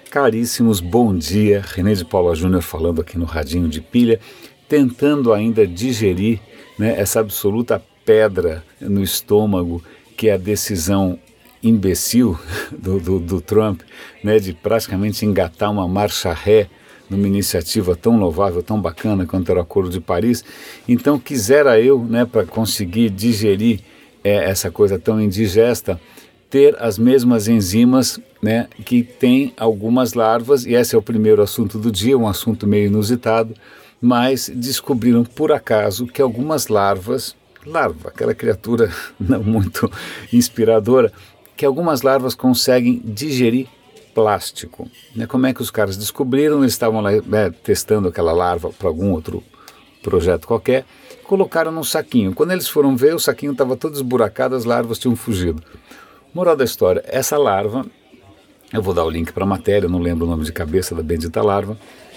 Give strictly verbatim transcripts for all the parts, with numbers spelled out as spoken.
Caríssimos, bom dia. René de Paula Júnior falando aqui no Radinho de Pilha, tentando ainda digerir, né, essa absoluta pedra no estômago que é a decisão imbecil do, do, do Trump, né, de praticamente engatar uma marcha ré numa iniciativa tão louvável, tão bacana quanto era o Acordo de Paris. Então quisera eu, né, para conseguir digerir é, essa coisa tão indigesta, ter as mesmas enzimas, né, que tem algumas larvas, e esse é o primeiro assunto do dia, um assunto meio inusitado, mas descobriram por acaso que algumas larvas, larva, aquela criatura não muito inspiradora, que algumas larvas conseguem digerir plástico. Né? Como é que os caras descobriram? Eles estavam lá, né, testando aquela larva para algum outro projeto qualquer, colocaram num saquinho. Quando eles foram ver, o saquinho estava todo esburacado, as larvas tinham fugido. Moral da história, essa larva, eu vou dar o link para a matéria, eu não lembro o nome de cabeça da bendita larva,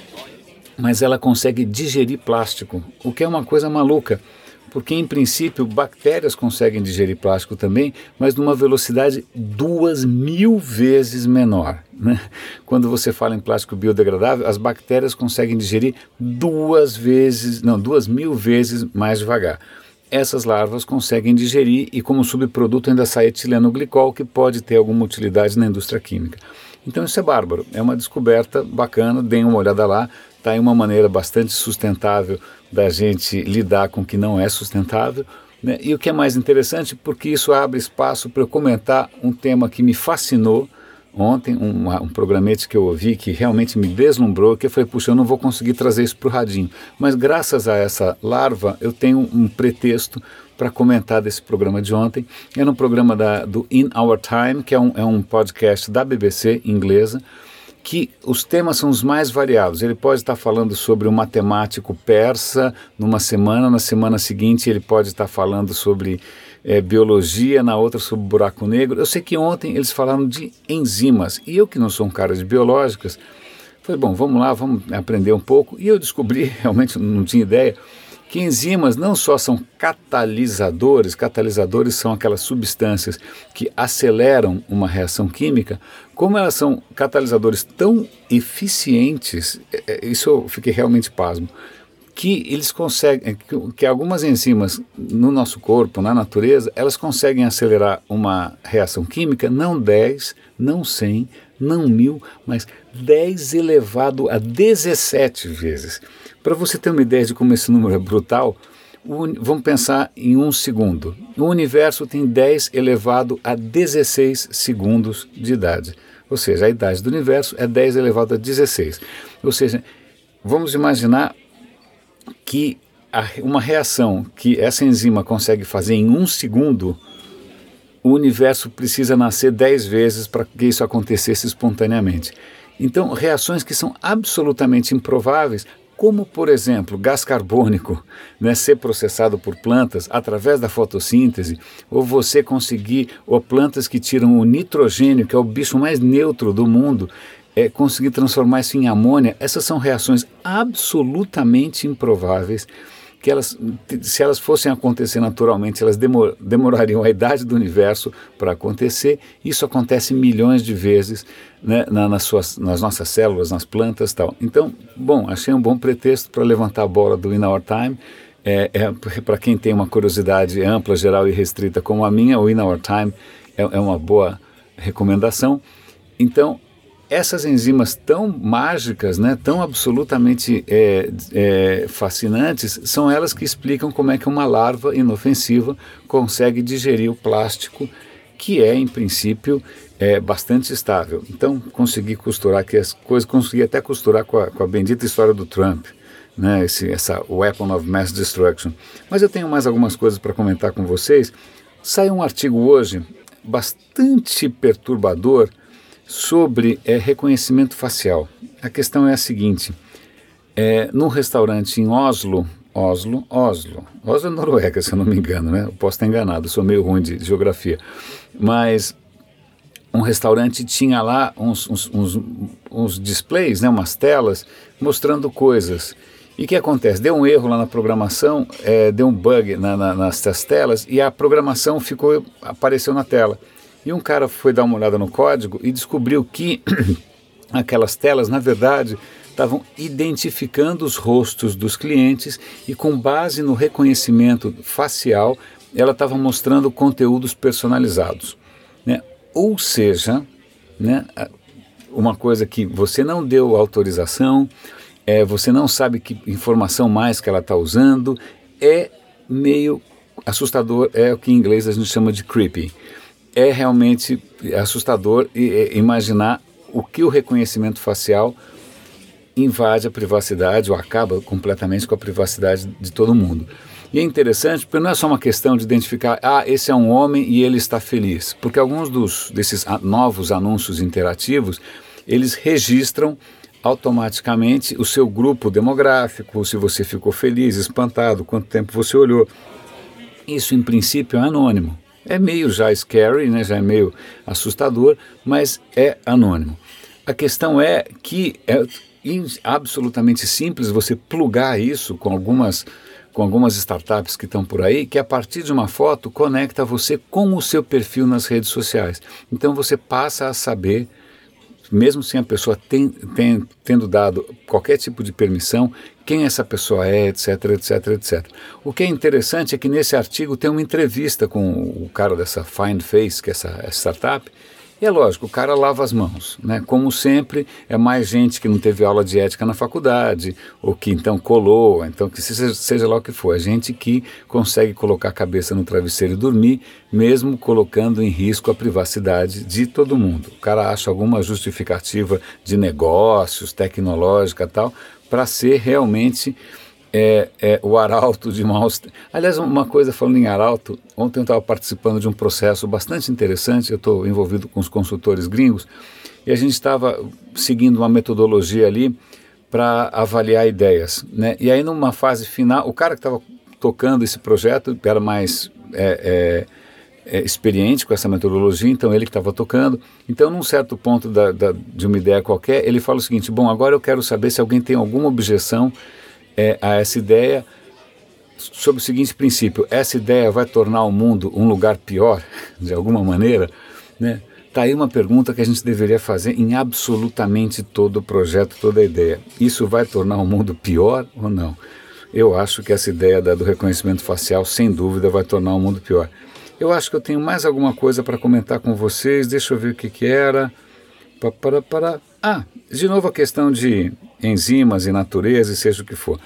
mas ela consegue digerir plástico, o que é uma coisa maluca, porque em princípio bactérias conseguem digerir plástico também, mas numa velocidade duas mil vezes menor. Né? Quando você fala em plástico biodegradável, as bactérias conseguem digerir duas vezes, não, duas mil vezes mais devagar. Essas larvas conseguem digerir e como subproduto ainda sai etilenoglicol, que pode ter alguma utilidade na indústria química. Então isso é bárbaro, é uma descoberta bacana, deem uma olhada lá, está aí uma maneira bastante sustentável da gente lidar com o que não é sustentável, né? E o que é mais interessante, porque isso abre espaço para eu comentar um tema que me fascinou ontem, um, um programete que eu ouvi que realmente me deslumbrou, que eu falei, puxa, eu não vou conseguir trazer isso para o radinho, mas graças a essa larva eu tenho um pretexto para comentar desse programa de ontem. Era um programa da, do In Our Time, que é um, é um podcast da B B C inglesa, que os temas são os mais variados. Ele pode estar falando sobre um matemático persa numa semana, na semana seguinte ele pode estar falando sobre é, biologia, na outra sobre buraco negro. Eu sei que ontem eles falaram de enzimas, e eu que não sou um cara de biológicas, falei, bom, vamos lá, vamos aprender um pouco, e eu descobri, realmente não tinha ideia, que enzimas não só são catalisadores, catalisadores são aquelas substâncias que aceleram uma reação química, como elas são catalisadores tão eficientes, isso eu fiquei realmente pasmo, que eles conseguem, que algumas enzimas no nosso corpo, na natureza, elas conseguem acelerar uma reação química não dez, não cem, não mil, mas dez elevado a dezessete vezes. Para você ter uma ideia de como esse número é brutal, vamos pensar em um segundo. O universo tem dez elevado a dezesseis segundos de idade. Ou seja, a idade do universo é dez elevado a dezesseis. Ou seja, vamos imaginar que a, uma reação que essa enzima consegue fazer em um segundo, o universo precisa nascer dez vezes para que isso acontecesse espontaneamente. Então, reações que são absolutamente improváveis, como, por exemplo, gás carbônico, né, ser processado por plantas através da fotossíntese, ou você conseguir, ou plantas que tiram o nitrogênio, que é o bicho mais neutro do mundo, é, conseguir transformar isso em amônia. Essas são reações absolutamente improváveis, que elas, se elas fossem acontecer naturalmente, elas demor, demorariam a idade do universo para acontecer. Isso acontece milhões de vezes, né, na, nas, suas, nas nossas células, nas plantas e tal. Então, bom, achei um bom pretexto para levantar a bola do In Our Time. É, é, para quem tem uma curiosidade ampla, geral e restrita como a minha, o In Our Time é, é uma boa recomendação. Então, essas enzimas tão mágicas, né, tão absolutamente é, é, fascinantes, são elas que explicam como é que uma larva inofensiva consegue digerir o plástico, que é, em princípio, é, bastante estável. Então, consegui costurar aqui as coisas, consegui até costurar com a, com a bendita história do Trump, né, esse, essa Weapon of Mass Destruction. Mas eu tenho mais algumas coisas para comentar com vocês. Saiu um artigo hoje bastante perturbador sobre é, reconhecimento facial. A questão é a seguinte, é, num restaurante em Oslo, Oslo, Oslo, Oslo é Noruega, se eu não me engano, né? Eu posso estar enganado, sou meio ruim de geografia, mas um restaurante tinha lá uns, uns, uns, uns displays, né, umas telas, mostrando coisas. E o que acontece? Deu um erro lá na programação, é, deu um bug na, na, nas telas e a programação ficou, apareceu na tela. E um cara foi dar uma olhada no código e descobriu que aquelas telas, na verdade, estavam identificando os rostos dos clientes e, com base no reconhecimento facial, ela estava mostrando conteúdos personalizados, né? Ou seja, né, uma coisa que você não deu autorização, é, você não sabe que informação mais que ela está usando, é meio assustador, é o que em inglês a gente chama de creepy. É realmente assustador imaginar o que o reconhecimento facial invade a privacidade ou acaba completamente com a privacidade de todo mundo. E é interessante porque não é só uma questão de identificar, ah, esse é um homem e ele está feliz, porque alguns dos, desses novos anúncios interativos, eles registram automaticamente o seu grupo demográfico, se você ficou feliz, espantado, quanto tempo você olhou. Isso, em princípio, é anônimo. É meio já scary, né? Já é meio assustador, mas é anônimo. A questão é que é absolutamente simples você plugar isso com algumas, com algumas startups que estão por aí, que a partir de uma foto conecta você com o seu perfil nas redes sociais. Então você passa a saber, mesmo sem a pessoa ten, ten, tendo dado qualquer tipo de permissão, quem essa pessoa é, etc, etc, etcétera. O que é interessante é que nesse artigo tem uma entrevista com o cara dessa Find Face, que é essa startup, e é lógico, o cara lava as mãos, né? Como sempre, é mais gente que não teve aula de ética na faculdade, ou que então colou, então que seja, seja lá o que for, é gente que consegue colocar a cabeça no travesseiro e dormir, mesmo colocando em risco a privacidade de todo mundo. O cara acha alguma justificativa de negócios, tecnológica e tal, para ser realmente é, é, o arauto de maus... Aliás, uma coisa falando em arauto, ontem eu estava participando de um processo bastante interessante, eu estou envolvido com os consultores gringos, e a gente estava seguindo uma metodologia ali para avaliar ideias, né? E aí numa fase final, o cara que estava tocando esse projeto era mais... É, é, É, experiente com essa metodologia, então ele que estava tocando. Então, num certo ponto da, da, de uma ideia qualquer, ele fala o seguinte: bom, agora eu quero saber se alguém tem alguma objeção é, a essa ideia sobre o seguinte princípio: essa ideia vai tornar o mundo um lugar pior, de alguma maneira, né? Está aí uma pergunta que a gente deveria fazer em absolutamente todo o projeto, toda a ideia. Isso vai tornar o mundo pior ou não? Eu acho que essa ideia da, do reconhecimento facial, sem dúvida, vai tornar o mundo pior. Eu acho que eu tenho mais alguma coisa para comentar com vocês, deixa eu ver o que que era. Pa, para, para. Ah, de novo a questão de enzimas e natureza e seja o que for.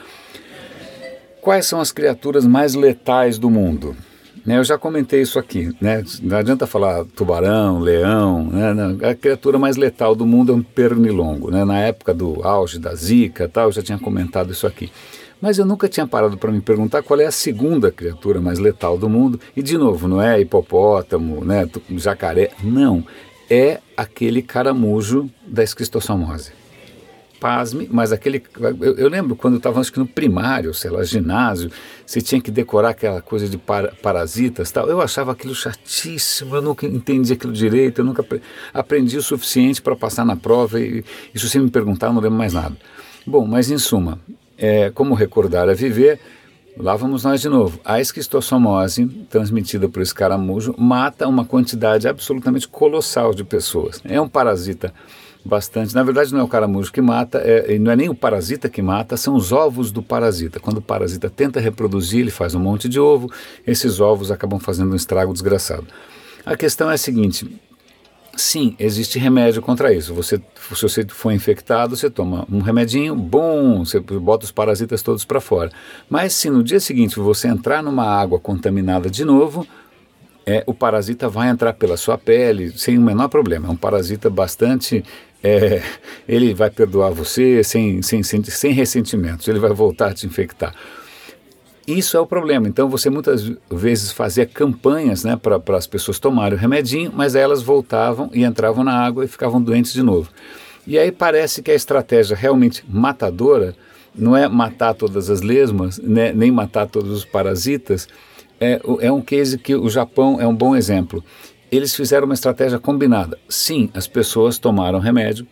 Quais são as criaturas mais letais do mundo? Né, eu já comentei isso aqui, né? Não adianta falar tubarão, leão, né? A criatura mais letal do mundo é um pernilongo, né? Na época do auge da Zika, tal, eu já tinha comentado isso aqui. Mas eu nunca tinha parado para me perguntar qual é a segunda criatura mais letal do mundo. E, de novo, não é hipopótamo, né, jacaré. Não, é aquele caramujo da esquistossomose. Pasme, mas aquele... Eu, eu lembro quando eu estava, acho que no primário, sei lá, ginásio, você tinha que decorar aquela coisa de para, parasitas e tal. Eu achava aquilo chatíssimo, eu nunca entendi aquilo direito, eu nunca aprendi o suficiente para passar na prova. E, e se você me perguntar, eu não lembro mais nada. Bom, mas em suma... É, como recordar é viver, lá vamos nós de novo. A esquistossomose, transmitida por esse caramujo, mata uma quantidade absolutamente colossal de pessoas. É um parasita bastante... Na verdade, não é o caramujo que mata, é, não é nem o parasita que mata, são os ovos do parasita. Quando o parasita tenta reproduzir, ele faz um monte de ovo, esses ovos acabam fazendo um estrago desgraçado. A questão é a seguinte... Sim, existe remédio contra isso. Você, se você for infectado, você toma um remedinho, bom, você bota os parasitas todos para fora. Mas se no dia seguinte você entrar numa água contaminada de novo, é, o parasita vai entrar pela sua pele sem o menor problema. É um parasita bastante... É, ele vai perdoar você sem, sem, sem, sem ressentimentos, ele vai voltar a te infectar. Isso é o problema. Então você muitas vezes fazia campanhas, né, para as pessoas tomarem o remedinho, mas elas voltavam e entravam na água e ficavam doentes de novo. E aí parece que a estratégia realmente matadora não é matar todas as lesmas, né, nem matar todos os parasitas. É, é um case que o Japão é um bom exemplo. Eles fizeram uma estratégia combinada. Sim, as pessoas tomaram remédio,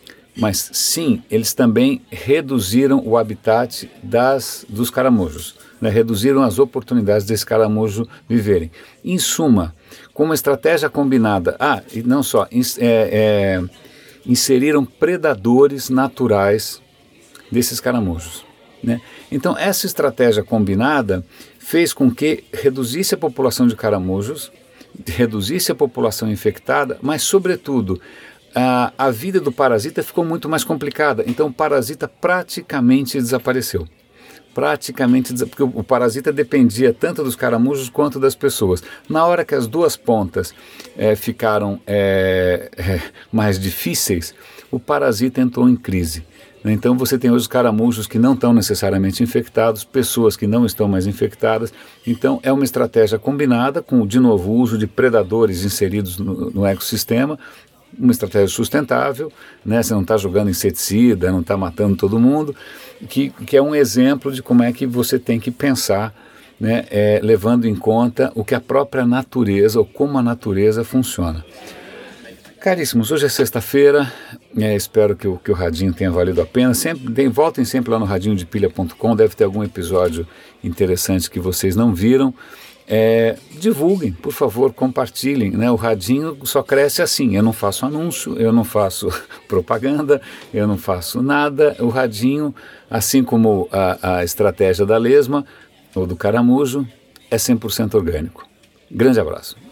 mas sim, eles também reduziram o habitat das, dos caramujos, né? Reduziram as oportunidades desse caramujo viverem. Em suma, com uma estratégia combinada, ah, e não só, é, é, inseriram predadores naturais desses caramujos, né? Então essa estratégia combinada fez com que reduzisse a população de caramujos, reduzisse a população infectada, mas sobretudo a, a vida do parasita ficou muito mais complicada. Então o parasita praticamente desapareceu. Praticamente, porque o parasita dependia tanto dos caramujos quanto das pessoas. Na hora que as duas pontas é, ficaram é, é, mais difíceis, o parasita entrou em crise. Então você tem hoje os caramujos que não estão necessariamente infectados, pessoas que não estão mais infectadas. Então é uma estratégia combinada com, de novo, o uso de predadores inseridos no, no ecossistema, uma estratégia sustentável, né? Você não está jogando inseticida, não está matando todo mundo, que, que é um exemplo de como é que você tem que pensar, né? É, levando em conta o que a própria natureza, ou como a natureza funciona. Caríssimos, hoje é sexta-feira, é, espero que o, que o radinho tenha valido a pena. Sempre, tem, voltem sempre lá no radinho de pilha ponto com, deve ter algum episódio interessante que vocês não viram. É, divulguem, por favor, compartilhem, né? O radinho só cresce assim, eu não faço anúncio, eu não faço propaganda, eu não faço nada. O radinho, assim como a, a estratégia da lesma ou do caramujo, é cem por cento orgânico. Grande abraço.